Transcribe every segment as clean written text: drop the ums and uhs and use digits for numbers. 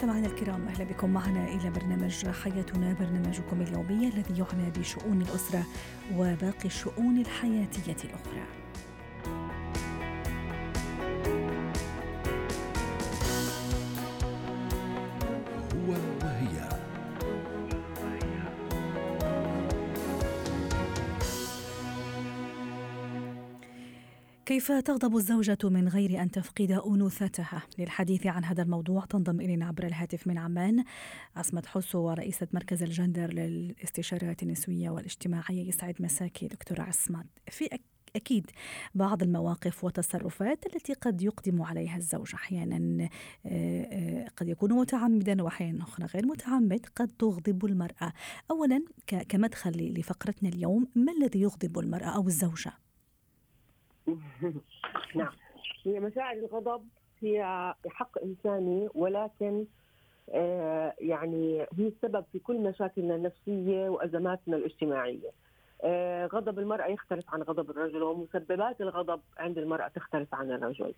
مستمعينا الكرام، أهلا بكم معنا إلى برنامج حياتنا، برنامجكم اليومي الذي يعنى بشؤون الأسرة وباقي الشؤون الحياتية الأخرى. هو وهي. كيف تغضب الزوجة من غير أن تفقد أنوثتها؟ للحديث عن هذا الموضوع تنضم إلينا عبر الهاتف من عمان عصمت حسو، ورئيسة مركز الجندر للاستشارات النسوية والاجتماعية. يسعد مساكي دكتورة عصمت. في أكيد بعض المواقف والتصرفات التي قد يقدم عليها الزوج، أحيانا قد يكون متعمدا وأحيانا أخرى غير متعمد، قد تغضب المرأة. أولا كمدخل لفقرتنا اليوم، ما الذي يغضب المرأة أو الزوجة؟ نعم، هي مشاعر الغضب هي حق إنساني، ولكن يعني هي السبب في كل مشاكلنا النفسية وأزماتنا الاجتماعية. غضب المرأة يختلف عن غضب الرجل، ومسببات الغضب عند المرأة تختلف عن الرجل.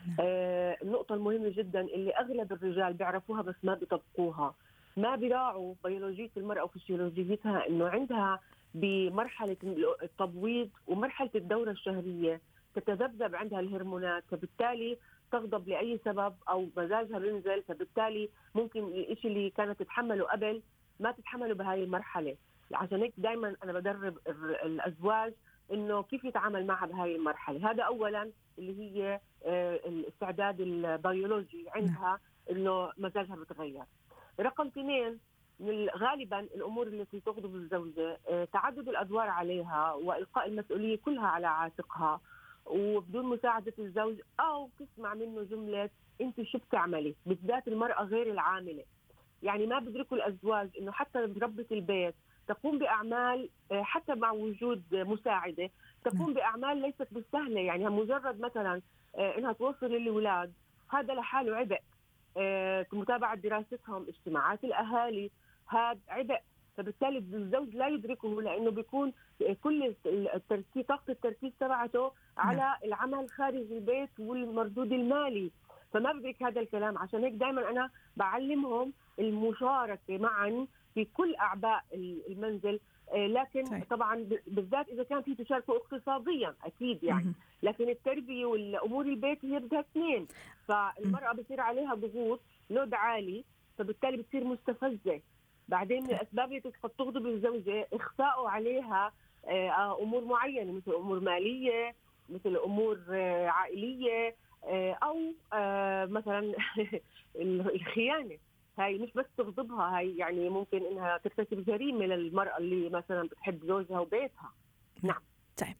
النقطة المهمة جدا اللي أغلب الرجال بيعرفوها بس ما بيطبقوها، ما بيراعوا بيولوجية المرأة وفسيولوجيتها، إنه عندها بمرحلة التبويض ومرحلة الدورة الشهرية تتذبذب عندها الهرمونات، فبالتالي تغضب لأي سبب أو مزاجها بينزل، فبالتالي ممكن الإشي اللي كانت تتحمله قبل ما تتحمله بهاي المرحلة. عشان هيك دايما أنا بدرب الأزواج إنه كيف يتعامل معها بهاي المرحلة. هذا أولا اللي هي الاستعداد البيولوجي عندها، إنه مزاجها بتغير. رقم 2، غالبا الأمور التي تغضب الزوجة تعدد الأدوار عليها وإلقاء المسؤولية كلها على عاتقها وبدون مساعدة الزوج، أو تسمع منه جملة أنت شو بتعملي، بالذات المرأة غير العاملة. يعني ما بدركوا الأزواج إنه حتى ربة البيت تقوم بأعمال حتى مع وجود مساعدة، تقوم بأعمال ليست بالسهلة. يعني مجرد مثلا إنها توصل للأولاد هذا لحاله عبء، متابعة دراستهم، اجتماعات الأهالي، هذا عبء. فبالتالي الزوج لا يدركه، لأنه بيكون كل التركيز، طاقة التركيز تبعته على العمل خارج البيت والمردود المالي، فما بدرك هذا الكلام. عشان هيك دائما أنا بعلمهم المشاركة معا في كل أعباء المنزل، لكن طبعا بالذات إذا كان في تشاركوا اقتصاديا أكيد يعني، لكن التربية والأمور البيت هي بدها اثنين، فالمرأة بصير عليها ضغوط لود عالي، فبالتالي بتصير مستفزة. بعدين من الأسباب اللي قد تغضب الزوجة إخفاء عليها أمور معينة، مثل أمور مالية، مثل أمور عائلية، أو مثلا الخيانة. هاي مش بس تغضبها، هاي يعني ممكن إنها ترتكب جريمة للمرأة اللي مثلا بتحب زوجها وبيتها. نعم. طيب،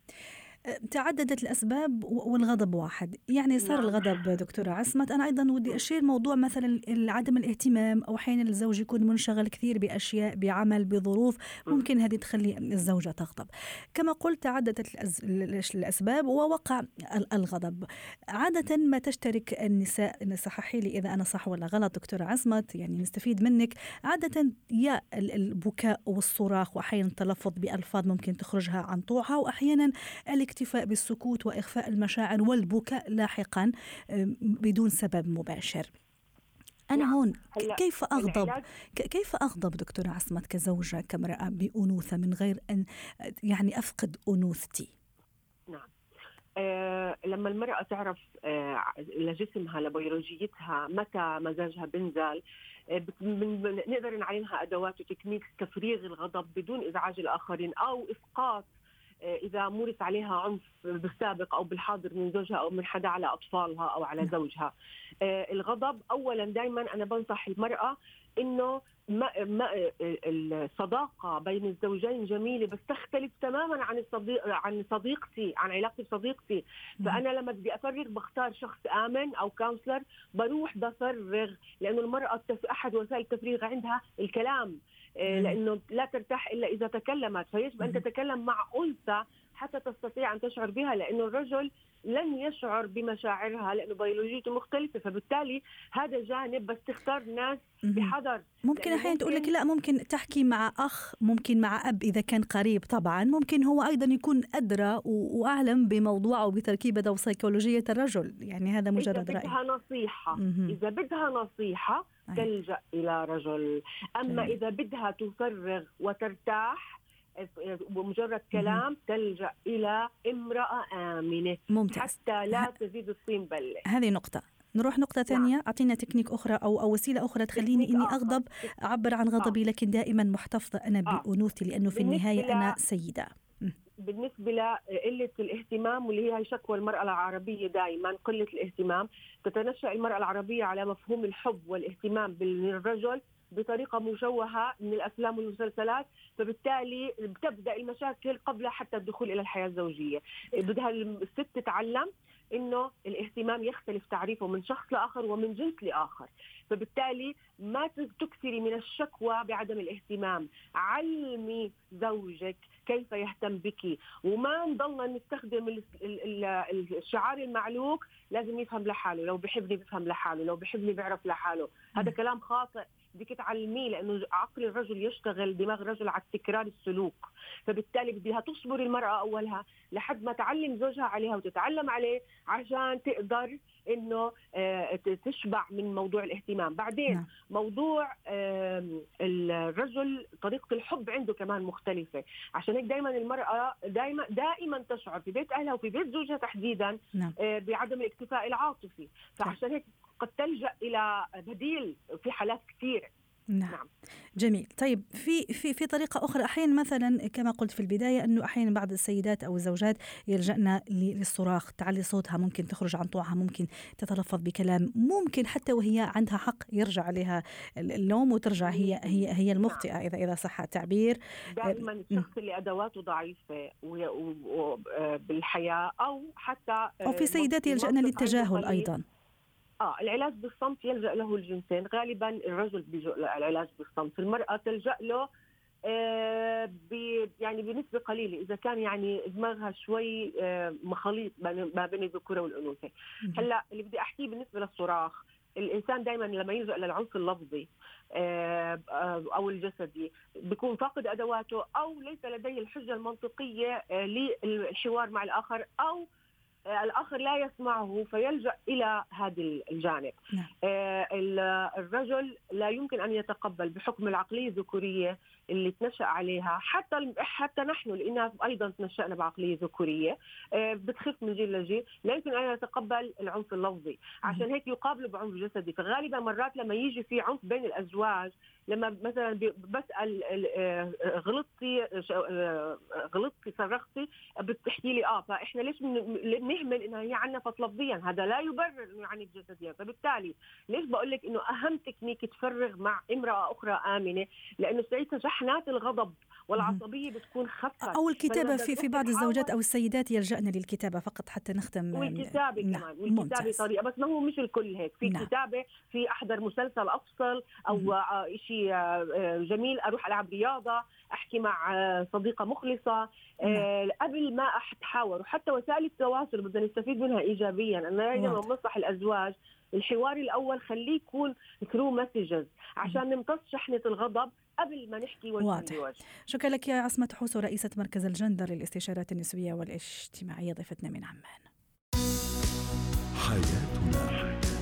تعددت الأسباب والغضب واحد، يعني صار نعم. الغضب دكتورة عصمت. أنا أيضا ودي أشير موضوع مثلا عدم الاهتمام، أو أحيانا الزوج يكون منشغل كثير بأشياء، بعمل، بظروف ممكن هذه تخلي الزوجة تغضب. كما قلت تعددت الأسباب ووقع الغضب. عادة ما تشترك النساء، صححي لي إذا أنا صح ولا غلط دكتورة عصمت، يعني نستفيد منك، عادة يا البكاء والصراخ، وأحيانا التلفظ بألفاظ ممكن تخرجها عن طوعها، وأحيانا الاكتفاء بالسكوت وإخفاء المشاعر والبكاء لاحقا بدون سبب مباشر. أنا هون كيف أغضب دكتورة عصمت كزوجة، كامرأة بأنوثة، من غير أن يعني أفقد أنوثتي؟ نعم. لما المرأة تعرف لجسمها، لبيولوجيتها، متى مزاجها بنزل، نقدر نعلمها أدوات وتكنيك تفريغ الغضب بدون إزعاج الآخرين أو إسقاط إذا مورس عليها عنف بالسابق أو بالحاضر من زوجها أو من حدا على أطفالها أو على زوجها. الغضب أولا دايما أنا بنصح المرأة إنه الصداقة بين الزوجين جميلة، بس تختلف تماما عن صديقتي، عن علاقتي بصديقتي. فأنا لما بدي أفرغ بختار شخص آمن أو كونسلر، بروح بفرغ، لأنه المرأة أحد وسائل التفريغ عندها الكلام، لأنه لا ترتاح إلا إذا تكلمت، فيجب أن تتكلم مع أنثى حتى تستطيع أن تشعر بها، لأنه الرجل لن يشعر بمشاعرها لأنه بيولوجيته مختلفة. فبالتالي هذا جانب بس تختار ناس بحذر. ممكن أحيانا تقول لك لا، ممكن تحكي مع أخ، ممكن مع أب إذا كان قريب، طبعا ممكن هو أيضا يكون أدرى وأعلم بموضوع أو بتركيبة أو سيكولوجية الرجل. يعني هذا مجرد رأي. إذا بدها نصيحة تلجأ إلى رجل. أما إذا بدها تفرغ وترتاح بمجرد كلام تلجأ إلى امرأة آمنة. ممتاز. حتى لا تزيد الطين بلة. هذه نقطة. نروح نقطة ثانية. أعطينا تكنيك أخرى أو وسيلة أخرى تخليني إني أغضب، أعبر عن غضبي لكن دائما محتفظة أنا بأنوثتي، لأنه في النهاية أنا سيدة. بالنسبة لقلة الاهتمام، واللي هي شكوى المرأة العربية دائما قلة الاهتمام، تتنشأ المرأة العربية على مفهوم الحب والاهتمام بالرجل بطريقة مشوهة من الأفلام والمسلسلات. فبالتالي بتبدأ المشاكل قبل حتى الدخول إلى الحياة الزوجية. بدها الست تتعلم إنه الاهتمام يختلف تعريفه من شخص لآخر ومن جنس لآخر. فبالتالي ما تكثري من الشكوى بعدم الاهتمام. علمي زوجك كيف يهتم بك، وما نضلنا نستخدم الشعار المعلوك لازم يفهم لحاله، لو بحبني بفهم لحاله، لو بحبني بيعرف لحاله. هذا كلام خاطئ، بدك تعلميه، لأنه عقل الرجل يشتغل، دماغ الرجل على تكرار السلوك. فبالتالي بدها تصبر المرأة أولها لحد ما تعلم زوجها عليها وتتعلم عليه عشان تقدر إنه تشبع من موضوع الاهتمام. بعدين موضوع الرجل طريقة الحب عنده كمان مختلفة. عشان هيك دائما المرأة دائما تشعر في بيت أهلها وفي بيت زوجها تحديدا بعدم الاكتفاء العاطفي. فعشان هيك قد تلجأ إلى بديل في حالات كثيرة. نعم. جميل. طيب في طريقة أخرى أحيانا، مثلا كما قلت في البداية أنه أحيانا بعض السيدات أو الزوجات يلجأن للصراخ، تعلي صوتها، ممكن تخرج عن طوعها، ممكن تتلفظ بكلام، ممكن حتى وهي عندها حق يرجع عليها اللوم وترجع هي المخطئة إذا صح التعبير. دائما الشخص اللي أدواته ضعيفة بالحياة أو حتى أو في سيدات يلجأن للتجاهل أيضا. العلاج بالصمت يلجأ له الجنسين. غالبا الرجل بيلجأ العلاج بالصمت، المرأة تلجأ له يعني بنسبة قليلة إذا كان يعني دماغها شوي مخليط ما بين الذكورة والأنوثة. هلا اللي بدي أحكيه بالنسبة للصراخ، الإنسان دائما لما يلجأ للعنف اللفظي أو الجسدي بيكون فاقد أدواته، أو ليس لديه الحجة المنطقية للحوار مع الآخر، أو الآخر لا يسمعه فيلجأ إلى هذا الجانب. الرجل لا يمكن أن يتقبل بحكم العقلية الذكورية اللي تنشأ عليها، حتى نحن لأننا أيضا تنشأنا بعقلية ذكورية بتخف من جيل لجيل، لا يمكن أن يتقبل العنف اللفظي. عشان هيك يقابله بعنف جسدي. فغالبا مرات لما يجي في عنف بين الأزواج، لما مثلا بسأل غلطتي صرختي، بتحكي لي فإحنا ليش نهمل إنها هي عنفت لفظيا؟ هذا لا يبرر إنه يعنف جسديا. فبالتالي ليش بقول لك إنه أهم تكنيك تفرغ مع امرأة أخرى آمنة، لأنه ساعتها شحنات الغضب والعصبية بتكون خفت. أو الكتابة في بعض الزوجات أو السيدات يلجأن للكتابة فقط حتى نختم. والكتابة كمان، والكتابة طريقة، بس ما هو مش الكل هيك. في كتابة، في أحضر مسلسل أفصل أو شيء جميل، أروح ألعب رياضة، أحكي مع صديقة مخلصة قبل ما أتحاور. وحتى وسائل التواصل بدنا نستفيد منها إيجابيا. أنا دائما بنصح الأزواج الحوار الأول خليه يكون ثرو مسجز عشان نمتص شحنة الغضب قبل ما نحكي وجها لوجه. شكرا لك يا عصمة حوسو، رئيسة مركز الجندر للاستشارات النسوية والاجتماعية، ضيفتنا من عمان. حياتنا.